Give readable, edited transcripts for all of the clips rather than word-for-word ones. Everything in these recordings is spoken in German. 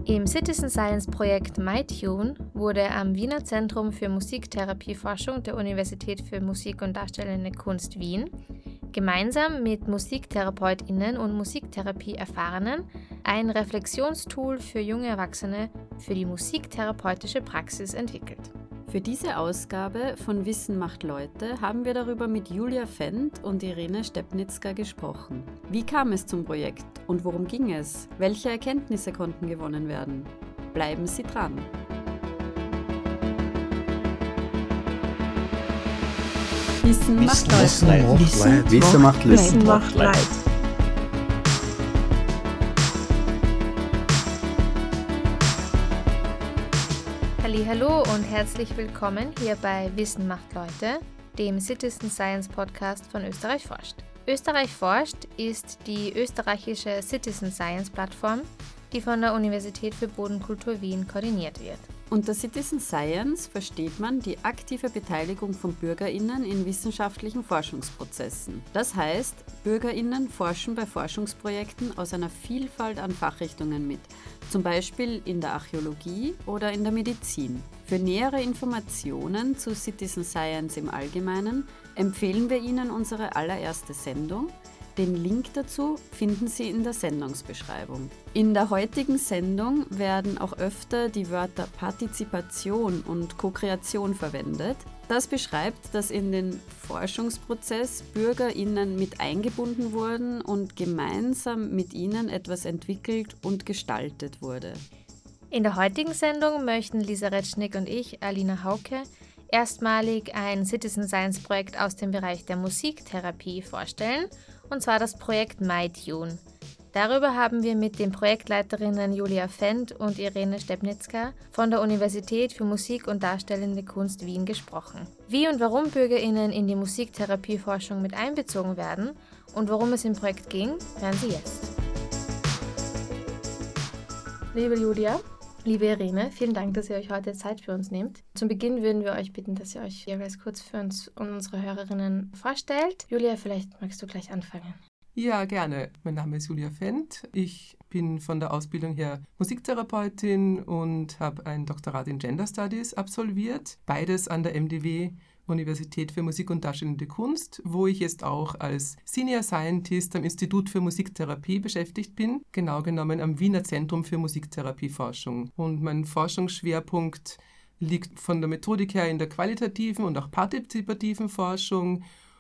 Im Citizen Science Projekt MyTune wurde am Wiener Zentrum für Musiktherapieforschung der Universität für Musik und Darstellende Kunst Wien gemeinsam mit MusiktherapeutInnen und Musiktherapie-Erfahrenen ein Reflexionstool für junge Erwachsene für die musiktherapeutische Praxis entwickelt. Für diese Ausgabe von Wissen macht Leute haben wir darüber mit Julia Fendt und Irene Stepnitzka gesprochen. Wie kam es zum Projekt und worum ging es? Welche Erkenntnisse konnten gewonnen werden? Bleiben Sie dran! Wissen macht Leid. Wissen macht Leid. Hallo und herzlich willkommen hier bei Wissen macht Leute, dem Citizen Science Podcast von Österreich forscht. Österreich forscht ist die österreichische Citizen Science Plattform, die von der Universität für Bodenkultur Wien koordiniert wird. Unter Citizen Science versteht man die aktive Beteiligung von BürgerInnen in wissenschaftlichen Forschungsprozessen. Das heißt, BürgerInnen forschen bei Forschungsprojekten aus einer Vielfalt an Fachrichtungen mit, zum Beispiel in der Archäologie oder in der Medizin. Für nähere Informationen zu Citizen Science im Allgemeinen empfehlen wir Ihnen unsere allererste Sendung. Den Link dazu finden Sie in der Sendungsbeschreibung. In der heutigen Sendung werden auch öfter die Wörter Partizipation und Co-Kreation verwendet. Das beschreibt, dass in den Forschungsprozess BürgerInnen mit eingebunden wurden und gemeinsam mit ihnen etwas entwickelt und gestaltet wurde. In der heutigen Sendung möchten Lisa Retschnick und ich, Alina Hauke, erstmalig ein Citizen Science Projekt aus dem Bereich der Musiktherapie vorstellen, und zwar das Projekt MyTune. Darüber haben wir mit den Projektleiterinnen Julia Fendt und Irene Stepnitzka von der Universität für Musik und Darstellende Kunst Wien gesprochen. Wie und warum BürgerInnen in die Musiktherapieforschung mit einbezogen werden und worum es im Projekt ging, hören Sie jetzt. Liebe Julia, liebe Irene, vielen Dank, dass ihr euch heute Zeit für uns nehmt. Zum Beginn würden wir euch bitten, dass ihr euch jeweils kurz für uns und unsere Hörerinnen vorstellt. Julia, vielleicht magst du gleich anfangen. Ja, gerne. Mein Name ist Julia Fendt. Ich bin von der Ausbildung her Musiktherapeutin und habe ein Doktorat in Gender Studies absolviert. Beides an der MDW, Universität für Musik und Darstellende Kunst, wo ich jetzt auch als Senior Scientist am Institut für Musiktherapie beschäftigt bin, genau genommen am Wiener Zentrum für Musiktherapieforschung. Und mein Forschungsschwerpunkt liegt von der Methodik her in der qualitativen und auch partizipativen Forschung.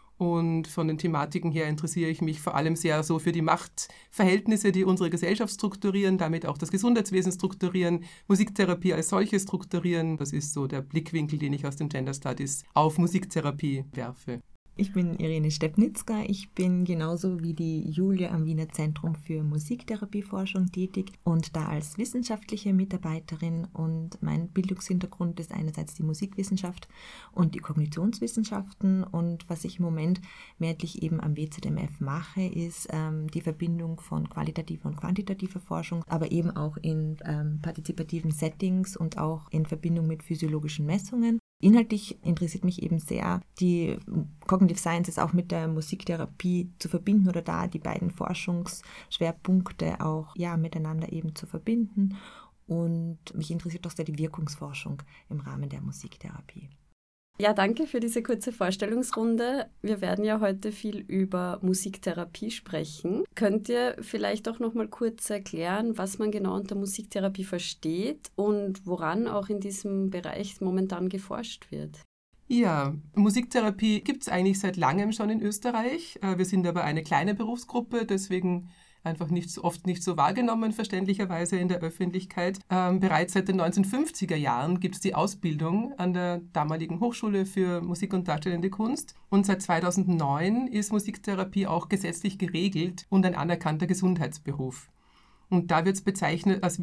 Und von den Thematiken her interessiere ich mich vor allem sehr so für die Machtverhältnisse, die unsere Gesellschaft strukturieren, damit auch das Gesundheitswesen strukturieren, Musiktherapie als solche strukturieren. Das ist so der Blickwinkel, den ich aus den Gender Studies auf Musiktherapie werfe. Ich bin Irene Stepnitzka. Ich bin genauso wie die Julia am Wiener Zentrum für Musiktherapieforschung tätig und da als wissenschaftliche Mitarbeiterin. Und mein Bildungshintergrund ist einerseits die Musikwissenschaft und die Kognitionswissenschaften. Und was ich im Moment mehrheitlich eben am WZMF mache, ist die Verbindung von qualitativer und quantitativer Forschung, aber eben auch in partizipativen Settings und auch in Verbindung mit physiologischen Messungen. Inhaltlich interessiert mich eben sehr, die Cognitive Sciences auch mit der Musiktherapie zu verbinden oder da die beiden Forschungsschwerpunkte auch miteinander eben zu verbinden. Und mich interessiert auch sehr die Wirkungsforschung im Rahmen der Musiktherapie. Ja, danke für diese kurze Vorstellungsrunde. Wir werden ja heute viel über Musiktherapie sprechen. Könnt ihr vielleicht auch noch mal kurz erklären, was man genau unter Musiktherapie versteht und woran auch in diesem Bereich momentan geforscht wird? Ja, Musiktherapie gibt es eigentlich seit langem schon in Österreich. Wir sind aber eine kleine Berufsgruppe, deswegen einfach oft nicht so wahrgenommen, verständlicherweise in der Öffentlichkeit. Bereits seit den 1950er Jahren gibt es die Ausbildung an der damaligen Hochschule für Musik und Darstellende Kunst. Und seit 2009 ist Musiktherapie auch gesetzlich geregelt und ein anerkannter Gesundheitsberuf. Und da wird es bezeichnet als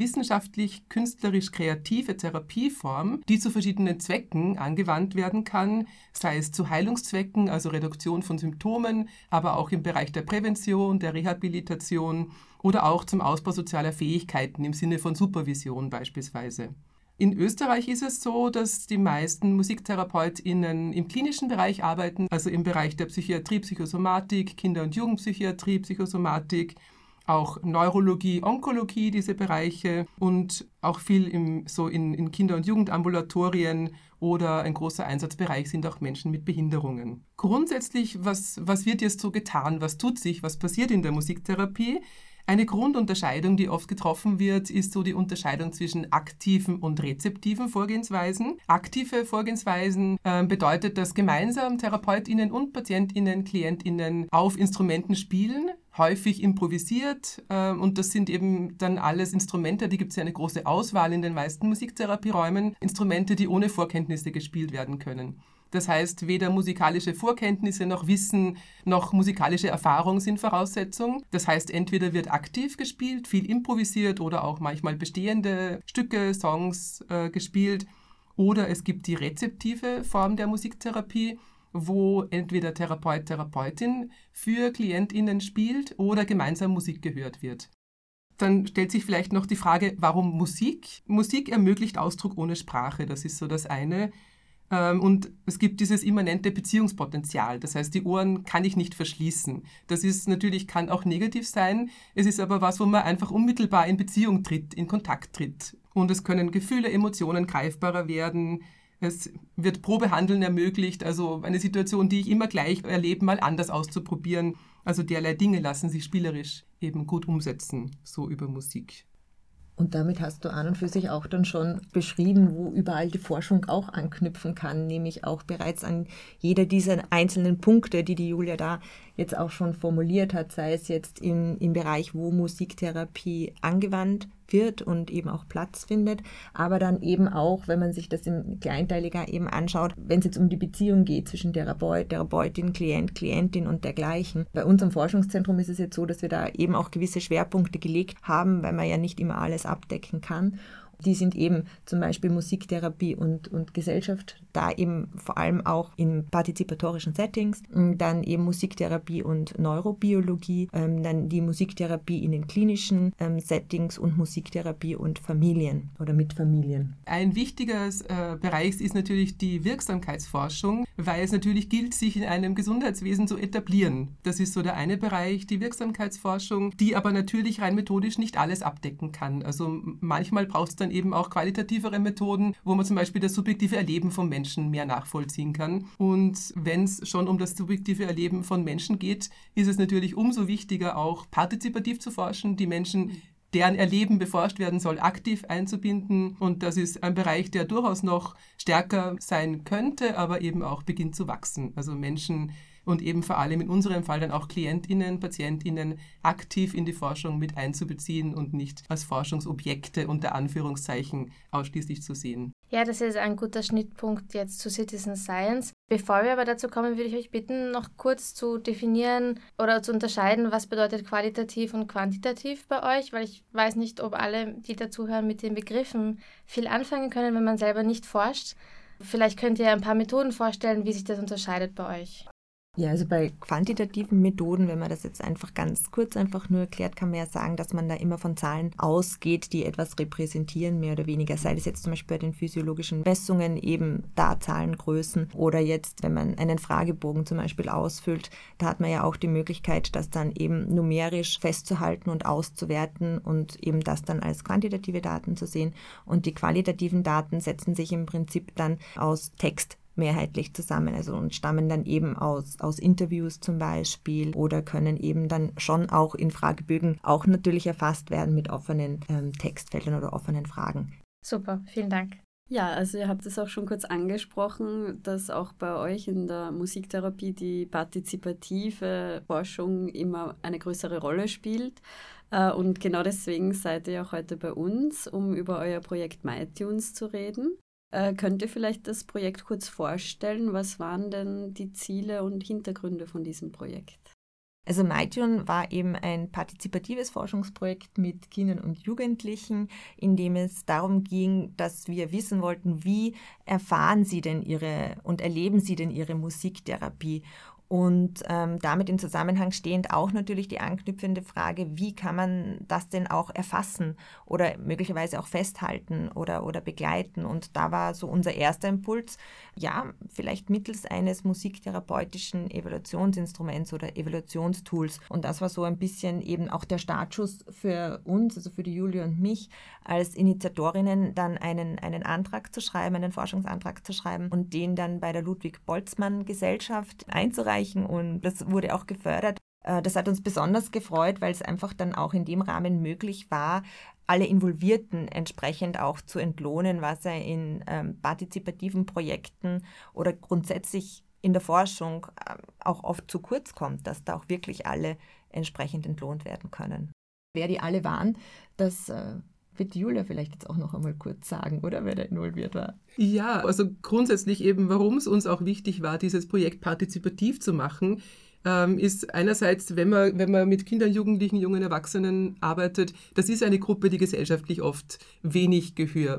wissenschaftlich-künstlerisch-kreative Therapieform, die zu verschiedenen Zwecken angewandt werden kann, sei es zu Heilungszwecken, also Reduktion von Symptomen, aber auch im Bereich der Prävention, der Rehabilitation oder auch zum Ausbau sozialer Fähigkeiten im Sinne von Supervision beispielsweise. In Österreich ist es so, dass die meisten MusiktherapeutInnen im klinischen Bereich arbeiten, also im Bereich der Psychiatrie, Psychosomatik, Kinder- und Jugendpsychiatrie, Psychosomatik, auch Neurologie, Onkologie, diese Bereiche und auch viel in Kinder- und Jugendambulatorien oder ein großer Einsatzbereich sind auch Menschen mit Behinderungen. Grundsätzlich, was wird jetzt so getan? Was tut sich? Was passiert in der Musiktherapie? Eine Grundunterscheidung, die oft getroffen wird, ist so die Unterscheidung zwischen aktiven und rezeptiven Vorgehensweisen. Aktive Vorgehensweisen bedeutet, dass gemeinsam TherapeutInnen und PatientInnen, KlientInnen auf Instrumenten spielen, häufig improvisiert und das sind eben dann alles Instrumente, die gibt es ja eine große Auswahl in den meisten Musiktherapieräumen, Instrumente, die ohne Vorkenntnisse gespielt werden können. Das heißt, weder musikalische Vorkenntnisse noch Wissen noch musikalische Erfahrung sind Voraussetzung. Das heißt, entweder wird aktiv gespielt, viel improvisiert oder auch manchmal bestehende Stücke, Songs gespielt. Oder es gibt die rezeptive Form der Musiktherapie, wo entweder Therapeut, Therapeutin für KlientInnen spielt oder gemeinsam Musik gehört wird. Dann stellt sich vielleicht noch die Frage, warum Musik? Musik ermöglicht Ausdruck ohne Sprache, das ist so das eine. Und es gibt dieses immanente Beziehungspotenzial. Das heißt, die Ohren kann ich nicht verschließen. Das ist natürlich, kann auch negativ sein. Es ist aber was, wo man einfach unmittelbar in Beziehung tritt, in Kontakt tritt. Und es können Gefühle, Emotionen greifbarer werden. Es wird Probehandeln ermöglicht, also eine Situation, die ich immer gleich erlebe, mal anders auszuprobieren. Also derlei Dinge lassen sich spielerisch eben gut umsetzen, so über Musik. Und damit hast du an und für sich auch dann schon beschrieben, wo überall die Forschung auch anknüpfen kann, nämlich auch bereits an jeder dieser einzelnen Punkte, die Julia da jetzt auch schon formuliert hat, sei es jetzt im Bereich, wo Musiktherapie angewandt wird und eben auch Platz findet, aber dann eben auch, wenn man sich das im Kleinteiliger eben anschaut, wenn es jetzt um die Beziehung geht zwischen Therapeut, Therapeutin, Klient, Klientin und dergleichen. Bei uns am Forschungszentrum ist es jetzt so, dass wir da eben auch gewisse Schwerpunkte gelegt haben, weil man ja nicht immer alles abdecken kann. Die sind eben zum Beispiel Musiktherapie und Gesellschaft, da eben vor allem auch in partizipatorischen Settings, dann eben Musiktherapie und Neurobiologie, dann die Musiktherapie in den klinischen Settings und Musiktherapie und Familien oder mit Familien. Ein wichtiger Bereich ist natürlich die Wirksamkeitsforschung, weil es natürlich gilt, sich in einem Gesundheitswesen zu etablieren. Das ist so der eine Bereich, die Wirksamkeitsforschung, die aber natürlich rein methodisch nicht alles abdecken kann. Also manchmal braucht es dann eben auch qualitativere Methoden, wo man zum Beispiel das subjektive Erleben von Menschen mehr nachvollziehen kann. Und wenn es schon um das subjektive Erleben von Menschen geht, ist es natürlich umso wichtiger, auch partizipativ zu forschen, die Menschen, deren Erleben beforscht werden soll, aktiv einzubinden. Und das ist ein Bereich, der durchaus noch stärker sein könnte, aber eben auch beginnt zu wachsen. Also Menschen und eben vor allem in unserem Fall dann auch KlientInnen, PatientInnen aktiv in die Forschung mit einzubeziehen und nicht als Forschungsobjekte unter Anführungszeichen ausschließlich zu sehen. Ja, das ist ein guter Schnittpunkt jetzt zu Citizen Science. Bevor wir aber dazu kommen, würde ich euch bitten, noch kurz zu definieren oder zu unterscheiden, was bedeutet qualitativ und quantitativ bei euch, weil ich weiß nicht, ob alle, die dazuhören, mit den Begriffen viel anfangen können, wenn man selber nicht forscht. Vielleicht könnt ihr ein paar Methoden vorstellen, wie sich das unterscheidet bei euch. Ja, also bei quantitativen Methoden, wenn man das jetzt einfach ganz kurz einfach nur erklärt, kann man ja sagen, dass man da immer von Zahlen ausgeht, die etwas repräsentieren, mehr oder weniger. Sei es jetzt zum Beispiel bei den physiologischen Messungen eben da Zahlengrößen oder jetzt, wenn man einen Fragebogen zum Beispiel ausfüllt, da hat man ja auch die Möglichkeit, das dann eben numerisch festzuhalten und auszuwerten und eben das dann als quantitative Daten zu sehen. Und die qualitativen Daten setzen sich im Prinzip dann aus Text mehrheitlich zusammen, also und stammen dann eben aus Interviews zum Beispiel oder können eben dann schon auch in Fragebögen auch natürlich erfasst werden mit offenen Textfeldern oder offenen Fragen. Super, vielen Dank. Ja, also ihr habt es auch schon kurz angesprochen, dass auch bei euch in der Musiktherapie die partizipative Forschung immer eine größere Rolle spielt. Und genau deswegen seid ihr auch heute bei uns, um über euer Projekt MyTunes zu reden. Könnt ihr vielleicht das Projekt kurz vorstellen? Was waren denn die Ziele und Hintergründe von diesem Projekt? Also MyTune war eben ein partizipatives Forschungsprojekt mit Kindern und Jugendlichen, in dem es darum ging, dass wir wissen wollten, wie erfahren sie denn und erleben sie denn ihre Musiktherapie? Und damit in Zusammenhang stehend auch natürlich die anknüpfende Frage, wie kann man das denn auch erfassen oder möglicherweise auch festhalten oder begleiten. Und da war so unser erster Impuls, ja, vielleicht mittels eines musiktherapeutischen Evaluationsinstruments oder Evaluationstools. Und das war so ein bisschen eben auch der Startschuss für uns, also für die Julia und mich, als Initiatorinnen dann einen Antrag zu schreiben, einen Forschungsantrag zu schreiben und den dann bei der Ludwig-Boltzmann-Gesellschaft einzureichen. Und das wurde auch gefördert. Das hat uns besonders gefreut, weil es einfach dann auch in dem Rahmen möglich war, alle Involvierten entsprechend auch zu entlohnen, was ja in partizipativen Projekten oder grundsätzlich in der Forschung auch oft zu kurz kommt, dass da auch wirklich alle entsprechend entlohnt werden können. Wer die alle waren, das wird Julia vielleicht jetzt auch noch einmal kurz sagen, oder wer da involviert war? Ja, also grundsätzlich eben, warum es uns auch wichtig war, dieses Projekt partizipativ zu machen, ist einerseits, wenn man mit Kindern, Jugendlichen, jungen Erwachsenen arbeitet, das ist eine Gruppe, die gesellschaftlich oft weniger Gehör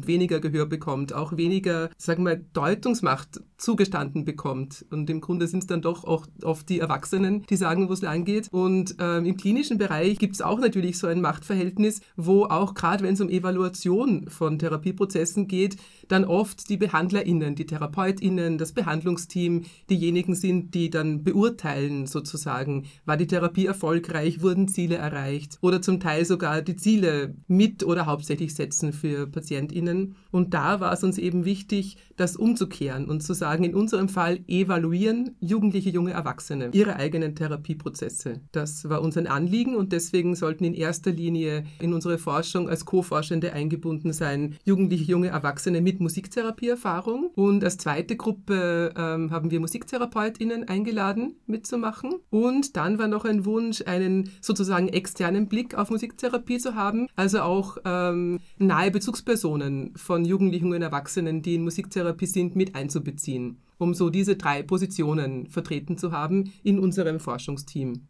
bekommt, auch weniger, sagen wir, Deutungsmacht zugestanden bekommt. Und im Grunde sind es dann doch auch oft die Erwachsenen, die sagen, wo es lang geht. Und im klinischen Bereich gibt es auch natürlich so ein Machtverhältnis, wo auch gerade, wenn es um Evaluation von Therapieprozessen geht, dann oft die BehandlerInnen, die TherapeutInnen, das Behandlungsteam diejenigen sind, die dann beurteilen sozusagen, war die Therapie erfolgreich, wurden Ziele erreicht oder zum Teil sogar die Ziele mit oder hauptsächlich setzen für PatientInnen. Und da war es uns eben wichtig, das umzukehren und zu sagen, in unserem Fall evaluieren Jugendliche, junge Erwachsene ihre eigenen Therapieprozesse. Das war uns ein Anliegen und deswegen sollten in erster Linie in unsere Forschung als Co-Forschende eingebunden sein Jugendliche, junge Erwachsene mit Musiktherapieerfahrung. Und als zweite Gruppe haben wir MusiktherapeutInnen eingeladen, mitzumachen. Und dann war noch ein Wunsch, einen sozusagen externen Blick auf Musiktherapie zu haben, also auch nahe Bezugspersonen von Jugendlichen und Erwachsenen, die in Musiktherapie sind, mit einzubeziehen, um so diese 3 Positionen vertreten zu haben in unserem Forschungsteam.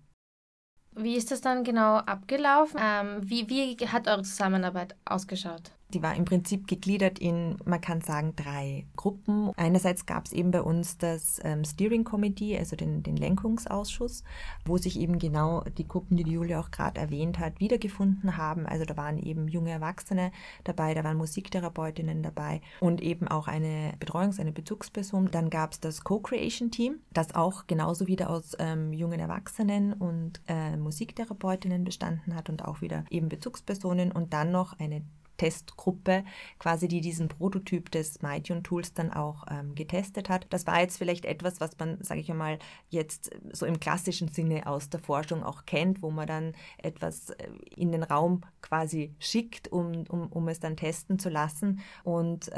Wie ist das dann genau abgelaufen? Wie hat eure Zusammenarbeit ausgeschaut? Die war im Prinzip gegliedert in, man kann sagen, 3 Gruppen. Einerseits gab es eben bei uns das Steering Committee, also den Lenkungsausschuss, wo sich eben genau die Gruppen, die Julia auch gerade erwähnt hat, wiedergefunden haben. Also da waren eben junge Erwachsene dabei, da waren Musiktherapeutinnen dabei und eben auch eine eine Bezugsperson. Dann gab es das Co-Creation-Team, das auch genauso wieder aus jungen Erwachsenen und Musiktherapeutinnen bestanden hat und auch wieder eben Bezugspersonen und dann noch eine Testgruppe, quasi die diesen Prototyp des MyTune-Tools dann auch getestet hat. Das war jetzt vielleicht etwas, was man, sage ich einmal, jetzt so im klassischen Sinne aus der Forschung auch kennt, wo man dann etwas in den Raum quasi schickt, um es dann testen zu lassen. Und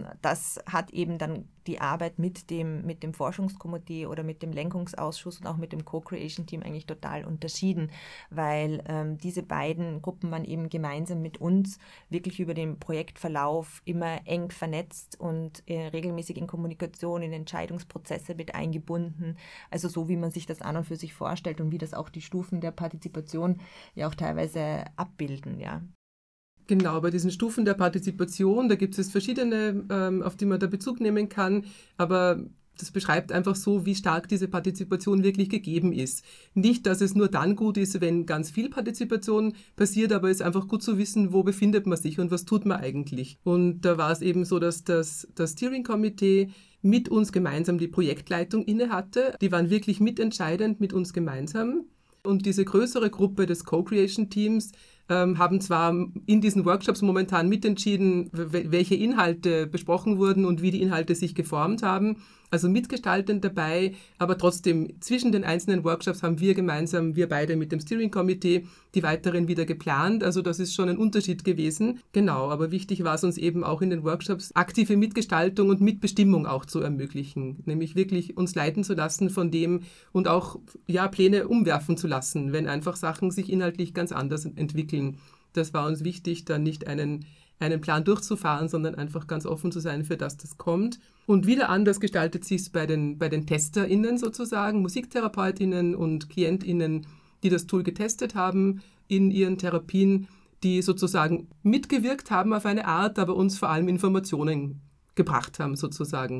das hat eben dann die Arbeit mit dem Forschungskomitee oder mit dem Lenkungsausschuss und auch mit dem Co-Creation-Team eigentlich total unterschieden, weil diese beiden Gruppen waren eben gemeinsam mit uns wirklich über den Projektverlauf immer eng vernetzt und regelmäßig in Kommunikation, in Entscheidungsprozesse mit eingebunden. Also so, wie man sich das an und für sich vorstellt und wie das auch die Stufen der Partizipation ja auch teilweise abbilden, ja. Genau, bei diesen Stufen der Partizipation, da gibt es verschiedene, auf die man da Bezug nehmen kann, aber das beschreibt einfach so, wie stark diese Partizipation wirklich gegeben ist. Nicht, dass es nur dann gut ist, wenn ganz viel Partizipation passiert, aber es ist einfach gut zu wissen, wo befindet man sich und was tut man eigentlich. Und da war es eben so, dass das Steering-Komitee mit uns gemeinsam die Projektleitung inne hatte. Die waren wirklich mitentscheidend mit uns gemeinsam. Und diese größere Gruppe des Co-Creation-Teams haben zwar in diesen Workshops momentan mitentschieden, welche Inhalte besprochen wurden und wie die Inhalte sich geformt haben, also mitgestaltend dabei, aber trotzdem zwischen den einzelnen Workshops haben wir beide mit dem Steering-Komitee, die weiteren wieder geplant. Also das ist schon ein Unterschied gewesen. Genau, aber wichtig war es uns eben auch in den Workshops, aktive Mitgestaltung und Mitbestimmung auch zu ermöglichen. Nämlich wirklich uns leiten zu lassen von dem und auch Pläne umwerfen zu lassen, wenn einfach Sachen sich inhaltlich ganz anders entwickeln. Das war uns wichtig, dann nicht einen Plan durchzufahren, sondern einfach ganz offen zu sein für das kommt. Und wieder anders gestaltet sich es bei den TesterInnen sozusagen, MusiktherapeutInnen und KlientInnen, die das Tool getestet haben in ihren Therapien, die sozusagen mitgewirkt haben auf eine Art, aber uns vor allem Informationen gebracht haben sozusagen.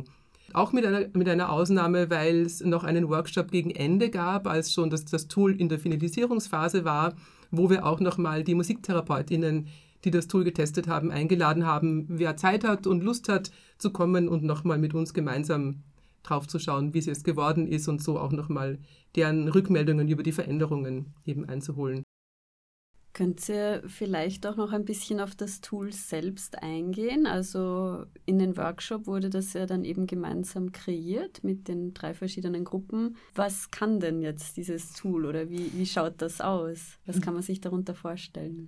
Auch mit einer Ausnahme, weil es noch einen Workshop gegen Ende gab, als schon das Tool in der Finalisierungsphase war, wo wir auch nochmal die MusiktherapeutInnen, die das Tool getestet haben, eingeladen haben, wer Zeit hat und Lust hat, zu kommen und nochmal mit uns gemeinsam drauf zu schauen, wie es jetzt geworden ist und so auch nochmal deren Rückmeldungen über die Veränderungen eben einzuholen. Könnt ihr vielleicht auch noch ein bisschen auf das Tool selbst eingehen? Also in den Workshop wurde das ja dann eben gemeinsam kreiert mit den 3 verschiedenen Gruppen. Was kann denn jetzt dieses Tool oder wie schaut das aus? Was kann man sich darunter vorstellen?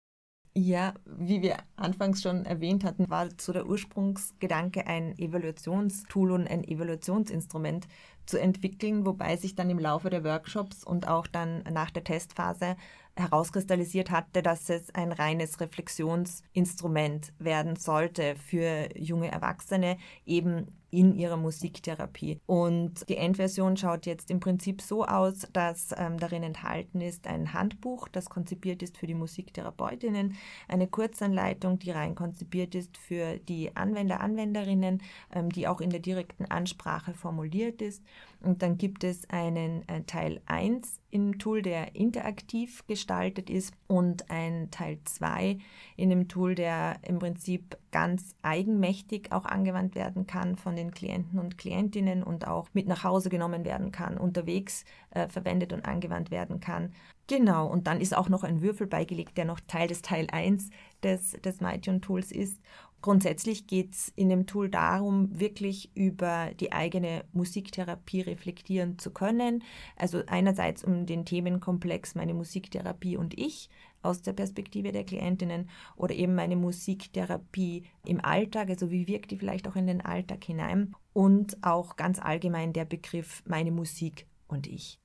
Ja, wie wir anfangs schon erwähnt hatten, war so der Ursprungsgedanke, ein Evaluationstool und ein Evaluationsinstrument zu entwickeln, wobei sich dann im Laufe der Workshops und auch dann nach der Testphase herauskristallisiert hatte, dass es ein reines Reflexionsinstrument werden sollte für junge Erwachsene, eben in ihrer Musiktherapie. Und die Endversion schaut jetzt im Prinzip so aus, dass darin enthalten ist ein Handbuch, das konzipiert ist für die Musiktherapeutinnen, eine Kurzanleitung, die rein konzipiert ist für die Anwender, Anwenderinnen, die auch in der direkten Ansprache formuliert ist. Und dann gibt es einen Teil 1 im Tool, der interaktiv gestaltet ist, und ein Teil 2 in dem Tool, der im Prinzip ganz eigenmächtig auch angewandt werden kann von den Klienten und Klientinnen und auch mit nach Hause genommen werden kann, unterwegs verwendet und angewandt werden kann. Genau, und dann ist auch noch ein Würfel beigelegt, der noch Teil des Teil 1 des MyTune-Tools ist. Grundsätzlich geht es in dem Tool darum, wirklich über die eigene Musiktherapie reflektieren zu können. Also einerseits um den Themenkomplex meine Musiktherapie und ich aus der Perspektive der Klientinnen oder eben meine Musiktherapie im Alltag, also wie wirkt die vielleicht auch in den Alltag hinein, und auch ganz allgemein der Begriff meine Musik und ich.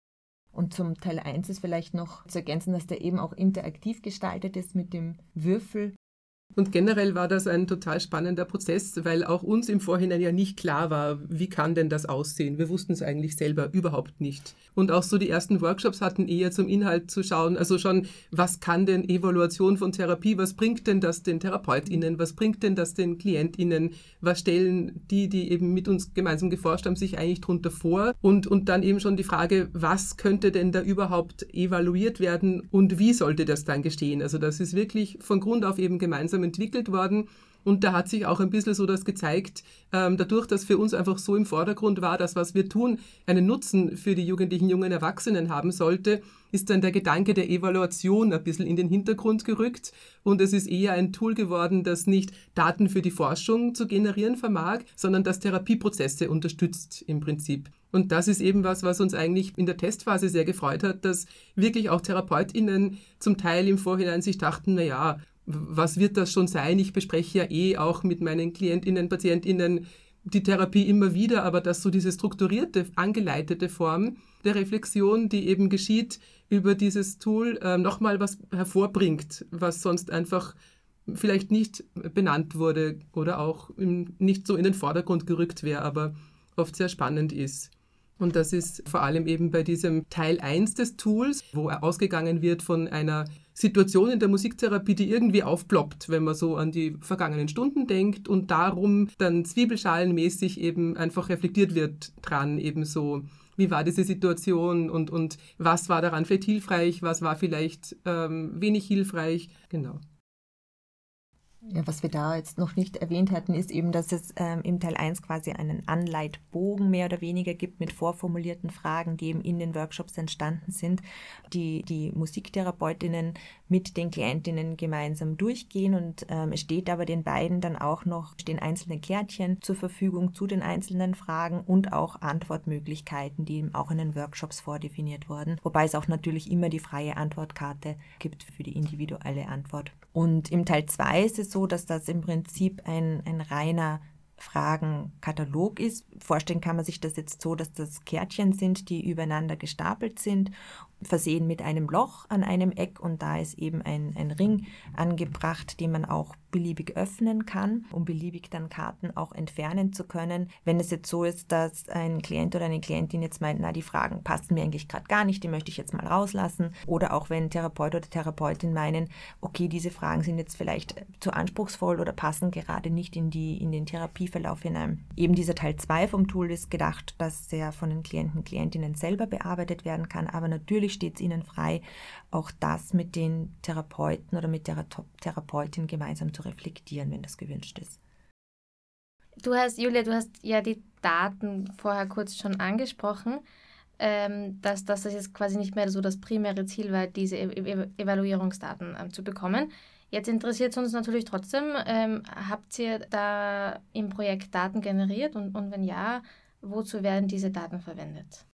Und zum Teil 1 ist vielleicht noch zu ergänzen, dass der eben auch interaktiv gestaltet ist mit dem Würfel. Und generell war das ein total spannender Prozess, weil auch uns im Vorhinein ja nicht klar war, wie kann denn das aussehen. Wir wussten es eigentlich selber überhaupt nicht. Und auch so die ersten Workshops hatten eher zum Inhalt zu schauen, also schon, was kann denn Evaluation von Therapie, was bringt denn das den TherapeutInnen, was bringt denn das den KlientInnen, was stellen die eben mit uns gemeinsam geforscht haben, sich eigentlich drunter vor, und dann eben schon die Frage, was könnte denn da überhaupt evaluiert werden und wie sollte das dann geschehen. Also das ist wirklich von Grund auf eben gemeinsam entwickelt worden, und da hat sich auch ein bisschen so das gezeigt, dadurch, dass für uns einfach so im Vordergrund war, dass was wir tun, einen Nutzen für die jugendlichen, jungen Erwachsenen haben sollte, ist dann der Gedanke der Evaluation ein bisschen in den Hintergrund gerückt, und es ist eher ein Tool geworden, das nicht Daten für die Forschung zu generieren vermag, sondern das Therapieprozesse unterstützt im Prinzip. Und das ist eben was uns eigentlich in der Testphase sehr gefreut hat, dass wirklich auch TherapeutInnen zum Teil im Vorhinein sich dachten, naja, was wird das schon sein? Ich bespreche ja auch mit meinen KlientInnen, PatientInnen die Therapie immer wieder, aber dass so diese strukturierte, angeleitete Form der Reflexion, die eben geschieht über dieses Tool, nochmal was hervorbringt, was sonst einfach vielleicht nicht benannt wurde oder auch nicht so in den Vordergrund gerückt wäre, aber oft sehr spannend ist. Und das ist vor allem eben bei diesem Teil 1 des Tools, wo ausgegangen wird von einer Situation in der Musiktherapie, die irgendwie aufploppt, wenn man so an die vergangenen Stunden denkt, und darum dann zwiebelschalenmäßig eben einfach reflektiert wird dran, eben so, wie war diese Situation und was war daran vielleicht hilfreich, was war vielleicht wenig hilfreich, genau. Ja, was wir da jetzt noch nicht erwähnt hatten, ist eben, dass es im Teil 1 quasi einen Anleitbogen mehr oder weniger gibt mit vorformulierten Fragen, die eben in den Workshops entstanden sind, die Musiktherapeutinnen mit den Klientinnen gemeinsam durchgehen, und es steht aber den beiden dann auch noch, stehen einzelne Kärtchen zur Verfügung zu den einzelnen Fragen und auch Antwortmöglichkeiten, die eben auch in den Workshops vordefiniert wurden, wobei es auch natürlich immer die freie Antwortkarte gibt für die individuelle Antwort. Und im Teil 2 ist es so, dass das im Prinzip ein reiner Fragenkatalog ist. Vorstellen kann man sich das jetzt so, dass das Kärtchen sind, die übereinander gestapelt sind, versehen mit einem Loch an einem Eck und da ist eben ein Ring angebracht, den man auch beliebig öffnen kann, um beliebig dann Karten auch entfernen zu können. Wenn es jetzt so ist, dass ein Klient oder eine Klientin jetzt meint, na, die Fragen passen mir eigentlich gerade gar nicht, die möchte ich jetzt mal rauslassen. Oder auch wenn Therapeut oder Therapeutin meinen, okay, diese Fragen sind jetzt vielleicht zu anspruchsvoll oder passen gerade nicht in den Therapieverlauf hinein. Eben dieser Teil 2 vom Tool ist gedacht, dass der von den Klienten, Klientinnen selber bearbeitet werden kann, aber natürlich steht es ihnen frei, auch das mit den Therapeuten oder mit der Therapeutin gemeinsam zu reflektieren, wenn das gewünscht ist. Julia, du hast ja die Daten vorher kurz schon angesprochen, dass das jetzt quasi nicht mehr so das primäre Ziel war, diese Evaluierungsdaten zu bekommen. Jetzt interessiert es uns natürlich trotzdem, habt ihr da im Projekt Daten generiert und wenn ja, wozu werden diese Daten verwendet?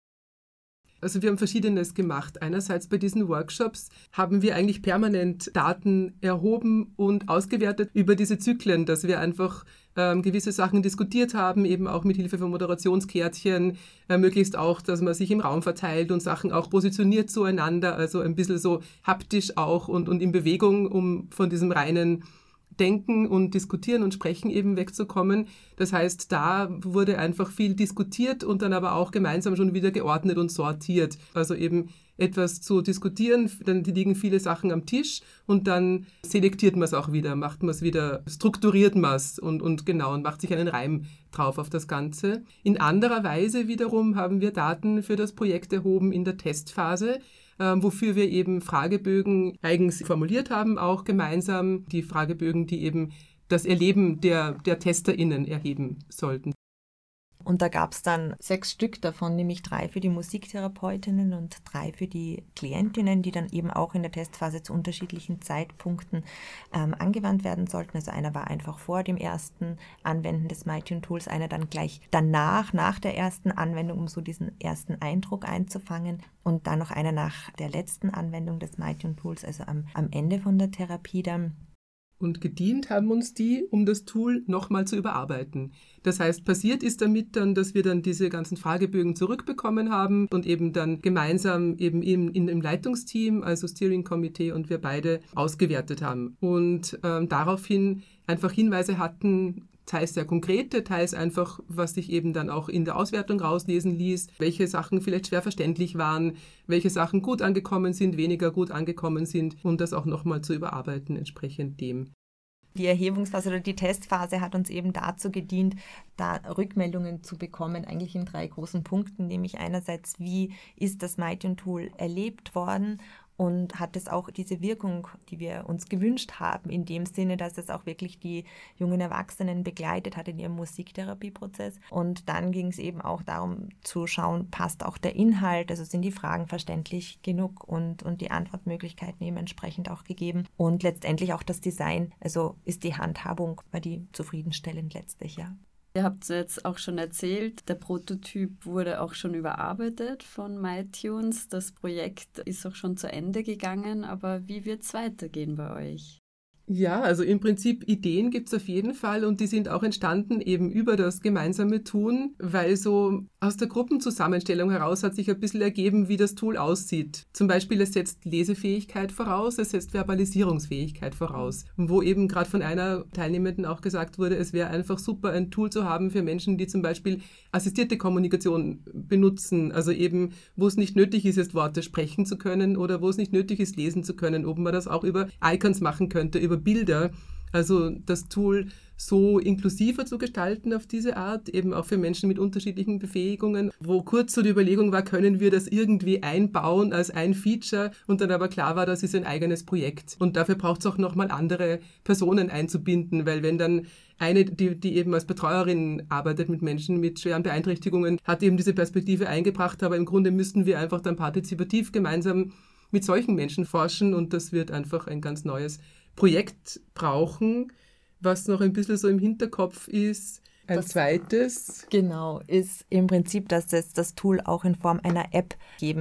Also wir haben Verschiedenes gemacht. Einerseits bei diesen Workshops haben wir eigentlich permanent Daten erhoben und ausgewertet über diese Zyklen, dass wir einfach gewisse Sachen diskutiert haben, eben auch mit Hilfe von Moderationskärtchen, möglichst auch, dass man sich im Raum verteilt und Sachen auch positioniert zueinander, also ein bisschen so haptisch auch und in Bewegung, um von diesem reinen Denken und Diskutieren und Sprechen eben wegzukommen. Das heißt, da wurde einfach viel diskutiert und dann aber auch gemeinsam schon wieder geordnet und sortiert. Also eben etwas zu diskutieren, dann liegen viele Sachen am Tisch und dann selektiert man es auch wieder, macht man es wieder, strukturiert man es und macht sich einen Reim drauf auf das Ganze. In anderer Weise wiederum haben wir Daten für das Projekt erhoben in der Testphase, wofür wir eben Fragebögen eigens formuliert haben, auch gemeinsam die Fragebögen, die eben das Erleben der TesterInnen erheben sollten. Und da gab es dann 6 Stück davon, nämlich 3 für die Musiktherapeutinnen und 3 für die Klientinnen, die dann eben auch in der Testphase zu unterschiedlichen Zeitpunkten angewandt werden sollten. Also einer war einfach vor dem ersten Anwenden des MyTune-Tools, einer dann gleich danach, nach der ersten Anwendung, um so diesen ersten Eindruck einzufangen und dann noch einer nach der letzten Anwendung des MyTune-Tools, also am Ende von der Therapie dann. Und gedient haben uns die, um das Tool nochmal zu überarbeiten. Das heißt, passiert ist damit dann, dass wir dann diese ganzen Fragebögen zurückbekommen haben und eben dann gemeinsam eben im Leitungsteam, also Steering Committee und wir beide ausgewertet haben. Und daraufhin einfach Hinweise hatten, teils sehr konkrete, teils einfach, was sich eben dann auch in der Auswertung rauslesen ließ, welche Sachen vielleicht schwer verständlich waren, welche Sachen gut angekommen sind, weniger gut angekommen sind und das auch nochmal zu überarbeiten entsprechend dem. Die Erhebungsphase oder die Testphase hat uns eben dazu gedient, da Rückmeldungen zu bekommen, eigentlich in 3 großen Punkten, nämlich einerseits, wie ist das MyTune-Tool erlebt worden und hat es auch diese Wirkung, die wir uns gewünscht haben, in dem Sinne, dass es auch wirklich die jungen Erwachsenen begleitet hat in ihrem Musiktherapieprozess. Und dann ging es eben auch darum zu schauen, passt auch der Inhalt, also sind die Fragen verständlich genug und die Antwortmöglichkeiten eben entsprechend auch gegeben. Und letztendlich auch das Design, also ist die Handhabung, war die zufriedenstellend letztlich, ja. Ihr habt es jetzt auch schon erzählt, der Prototyp wurde auch schon überarbeitet von MyTunes. Das Projekt ist auch schon zu Ende gegangen, aber wie wird es weitergehen bei euch? Ja, also im Prinzip Ideen gibt es auf jeden Fall und die sind auch entstanden eben über das gemeinsame Tun, weil so aus der Gruppenzusammenstellung heraus hat sich ein bisschen ergeben, wie das Tool aussieht. Zum Beispiel, es setzt Lesefähigkeit voraus, es setzt Verbalisierungsfähigkeit voraus, wo eben gerade von einer Teilnehmenden auch gesagt wurde, es wäre einfach super, ein Tool zu haben für Menschen, die zum Beispiel assistierte Kommunikation benutzen, also eben, wo es nicht nötig ist, jetzt Worte sprechen zu können oder wo es nicht nötig ist, lesen zu können, ob man das auch über Icons machen könnte, über Bilder, also das Tool so inklusiver zu gestalten auf diese Art, eben auch für Menschen mit unterschiedlichen Befähigungen, wo kurz so die Überlegung war, können wir das irgendwie einbauen als ein Feature und dann aber klar war, das ist ein eigenes Projekt und dafür braucht es auch nochmal andere Personen einzubinden, weil wenn dann eine, die eben als Betreuerin arbeitet mit Menschen mit schweren Beeinträchtigungen, hat eben diese Perspektive eingebracht, aber im Grunde müssten wir einfach dann partizipativ gemeinsam mit solchen Menschen forschen und das wird einfach ein ganz neues Projekt brauchen, was noch ein bisschen so im Hinterkopf ist. Ein zweites. Genau, ist im Prinzip, dass es das Tool auch in Form einer App geben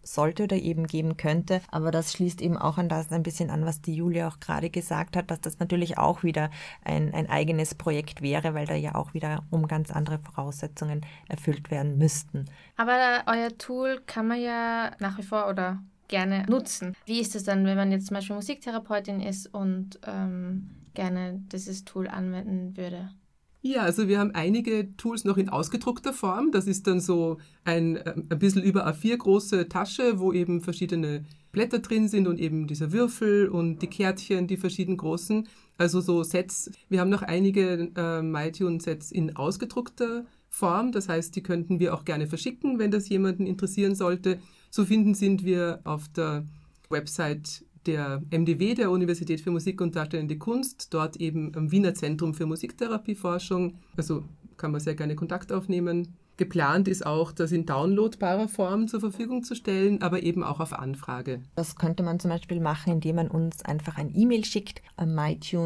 sollte oder eben geben könnte. Aber das schließt eben auch an das ein bisschen an, was die Julia auch gerade gesagt hat, dass das natürlich auch wieder ein eigenes Projekt wäre, weil da ja auch wiederum ganz andere Voraussetzungen erfüllt werden müssten. Aber euer Tool kann man ja nach wie vor oder gerne nutzen. Wie ist es dann, wenn man jetzt zum Beispiel Musiktherapeutin ist und gerne dieses Tool anwenden würde? Ja, also wir haben einige Tools noch in ausgedruckter Form. Das ist dann so ein bisschen über A4 große Tasche, wo eben verschiedene Blätter drin sind und eben dieser Würfel und die Kärtchen, die verschieden großen. Also so Sets. Wir haben noch einige MyTune-Sets in ausgedruckter Form. Das heißt, die könnten wir auch gerne verschicken, wenn das jemanden interessieren sollte. Zu finden sind wir auf der Website der MDW, der Universität für Musik und Darstellende Kunst, dort eben am Wiener Zentrum für Musiktherapieforschung. Also kann man sehr gerne Kontakt aufnehmen. Geplant ist auch, das in downloadbarer Form zur Verfügung zu stellen, aber eben auch auf Anfrage. Das könnte man zum Beispiel machen, indem man uns einfach ein E-Mail schickt an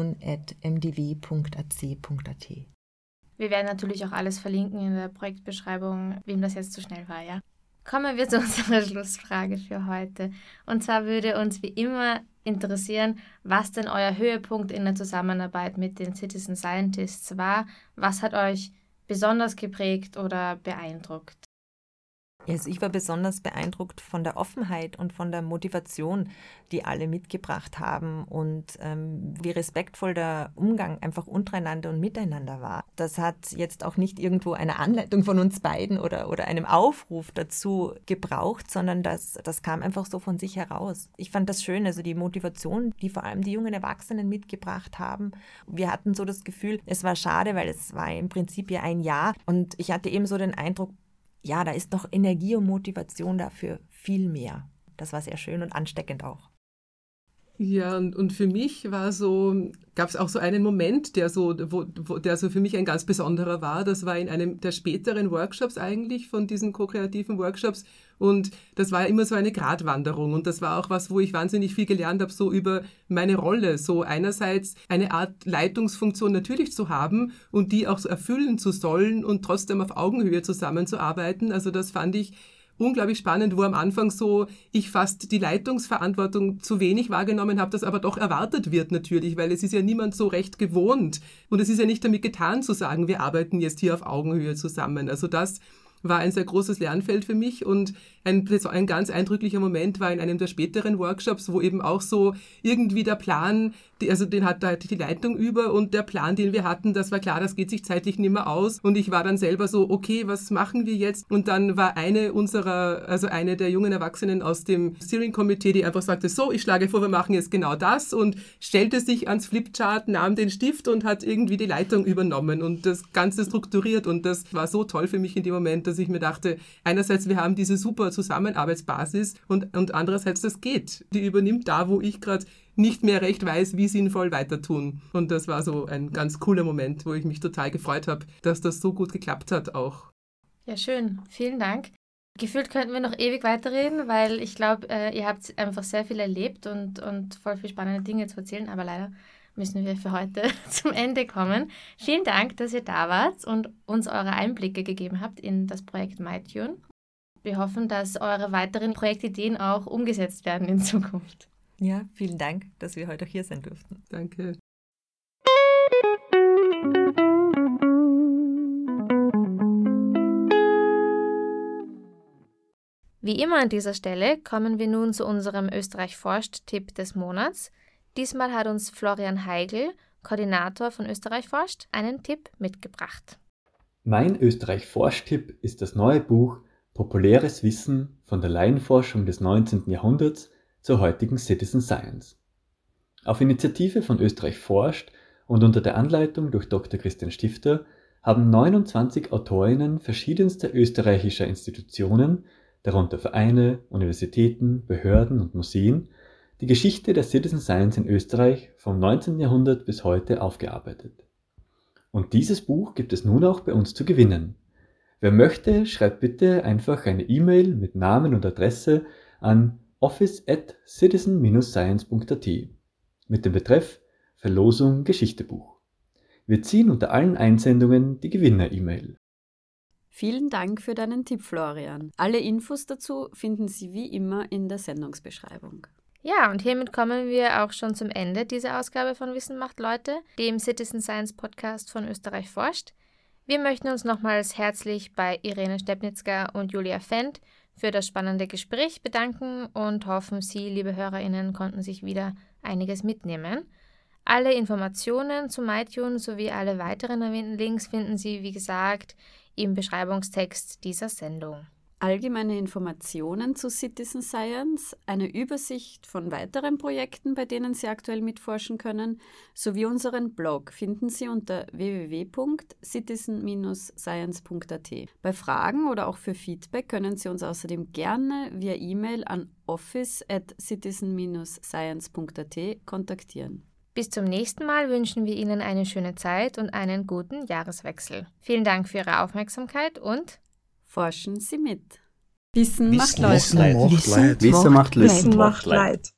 mytune@mdw.ac.at. Wir werden natürlich auch alles verlinken in der Projektbeschreibung, wem das jetzt zu schnell war, ja. Kommen wir zu unserer Schlussfrage für heute. Und zwar würde uns wie immer interessieren, was denn euer Höhepunkt in der Zusammenarbeit mit den Citizen Scientists war. Was hat euch besonders geprägt oder beeindruckt? Also ich war besonders beeindruckt von der Offenheit und von der Motivation, die alle mitgebracht haben und wie respektvoll der Umgang einfach untereinander und miteinander war. Das hat jetzt auch nicht irgendwo eine Anleitung von uns beiden oder einem Aufruf dazu gebraucht, sondern das kam einfach so von sich heraus. Ich fand das schön, also die Motivation, die vor allem die jungen Erwachsenen mitgebracht haben. Wir hatten so das Gefühl, es war schade, weil es war im Prinzip ja ein Jahr und ich hatte eben so den Eindruck, ja, da ist noch Energie und Motivation dafür viel mehr. Das war sehr schön und ansteckend auch. Ja, und für mich gab es auch so einen Moment, der so für mich ein ganz besonderer war. Das war in einem der späteren Workshops eigentlich, von diesen ko-kreativen Workshops. Und das war immer so eine Gratwanderung. Und das war auch was, wo ich wahnsinnig viel gelernt habe, so über meine Rolle. So einerseits eine Art Leitungsfunktion natürlich zu haben und die auch so erfüllen zu sollen und trotzdem auf Augenhöhe zusammenzuarbeiten. Also das fand ich unglaublich spannend, wo am Anfang so ich fast die Leitungsverantwortung zu wenig wahrgenommen habe, das aber doch erwartet wird natürlich, weil es ist ja niemand so recht gewohnt und es ist ja nicht damit getan zu sagen, wir arbeiten jetzt hier auf Augenhöhe zusammen. Also das war ein sehr großes Lernfeld für mich und ein ganz eindrücklicher Moment war in einem der späteren Workshops, wo eben auch so irgendwie der Plan, den hatte die Leitung über und der Plan, den wir hatten, das war klar, das geht sich zeitlich nicht mehr aus und ich war dann selber so, okay, was machen wir jetzt? Und dann war eine der jungen Erwachsenen aus dem Steering Committee, die einfach sagte, so, ich schlage vor, wir machen jetzt genau das und stellte sich ans Flipchart, nahm den Stift und hat irgendwie die Leitung übernommen und das Ganze strukturiert und das war so toll für mich in dem Moment, dass ich mir dachte, einerseits, wir haben diese super Zusammenarbeitsbasis und andererseits, das geht. Die übernimmt da, wo ich gerade nicht mehr recht weiß, wie sinnvoll weiter tun. Und das war so ein ganz cooler Moment, wo ich mich total gefreut habe, dass das so gut geklappt hat auch. Ja, schön. Vielen Dank. Gefühlt könnten wir noch ewig weiterreden, weil ich glaube, ihr habt einfach sehr viel erlebt und voll viel spannende Dinge zu erzählen, aber leider müssen wir für heute zum Ende kommen. Vielen Dank, dass ihr da wart und uns eure Einblicke gegeben habt in das Projekt MyTune. Wir hoffen, dass eure weiteren Projektideen auch umgesetzt werden in Zukunft. Ja, vielen Dank, dass wir heute auch hier sein durften. Danke. Wie immer an dieser Stelle kommen wir nun zu unserem Österreich forscht-Tipp des Monats. Diesmal hat uns Florian Heigl, Koordinator von Österreich forscht, einen Tipp mitgebracht. Mein Österreich forscht-Tipp ist das neue Buch Populäres Wissen von der Laienforschung des 19. Jahrhunderts zur heutigen Citizen Science. Auf Initiative von Österreich forscht und unter der Anleitung durch Dr. Christian Stifter haben 29 Autorinnen verschiedenster österreichischer Institutionen, darunter Vereine, Universitäten, Behörden und Museen, die Geschichte der Citizen Science in Österreich vom 19. Jahrhundert bis heute aufgearbeitet. Und dieses Buch gibt es nun auch bei uns zu gewinnen. Wer möchte, schreibt bitte einfach eine E-Mail mit Namen und Adresse an office@citizen-science.at mit dem Betreff Verlosung Geschichtebuch. Wir ziehen unter allen Einsendungen die Gewinner-E-Mail. Vielen Dank für deinen Tipp, Florian. Alle Infos dazu finden Sie wie immer in der Sendungsbeschreibung. Ja, und hiermit kommen wir auch schon zum Ende dieser Ausgabe von Wissen macht Leute, dem Citizen Science Podcast von Österreich forscht. Wir möchten uns nochmals herzlich bei Irene Stepnitzka und Julia Fendt für das spannende Gespräch bedanken und hoffen, Sie, liebe HörerInnen, konnten sich wieder einiges mitnehmen. Alle Informationen zu MyTune sowie alle weiteren erwähnten Links finden Sie, wie gesagt, im Beschreibungstext dieser Sendung. Allgemeine Informationen zu Citizen Science, eine Übersicht von weiteren Projekten, bei denen Sie aktuell mitforschen können, sowie unseren Blog finden Sie unter www.citizen-science.at. Bei Fragen oder auch für Feedback können Sie uns außerdem gerne via E-Mail an office@citizen-science.at kontaktieren. Bis zum nächsten Mal wünschen wir Ihnen eine schöne Zeit und einen guten Jahreswechsel. Vielen Dank für Ihre Aufmerksamkeit und forschen Sie mit. Wissen macht Leid. Leid. Wissen macht Leid.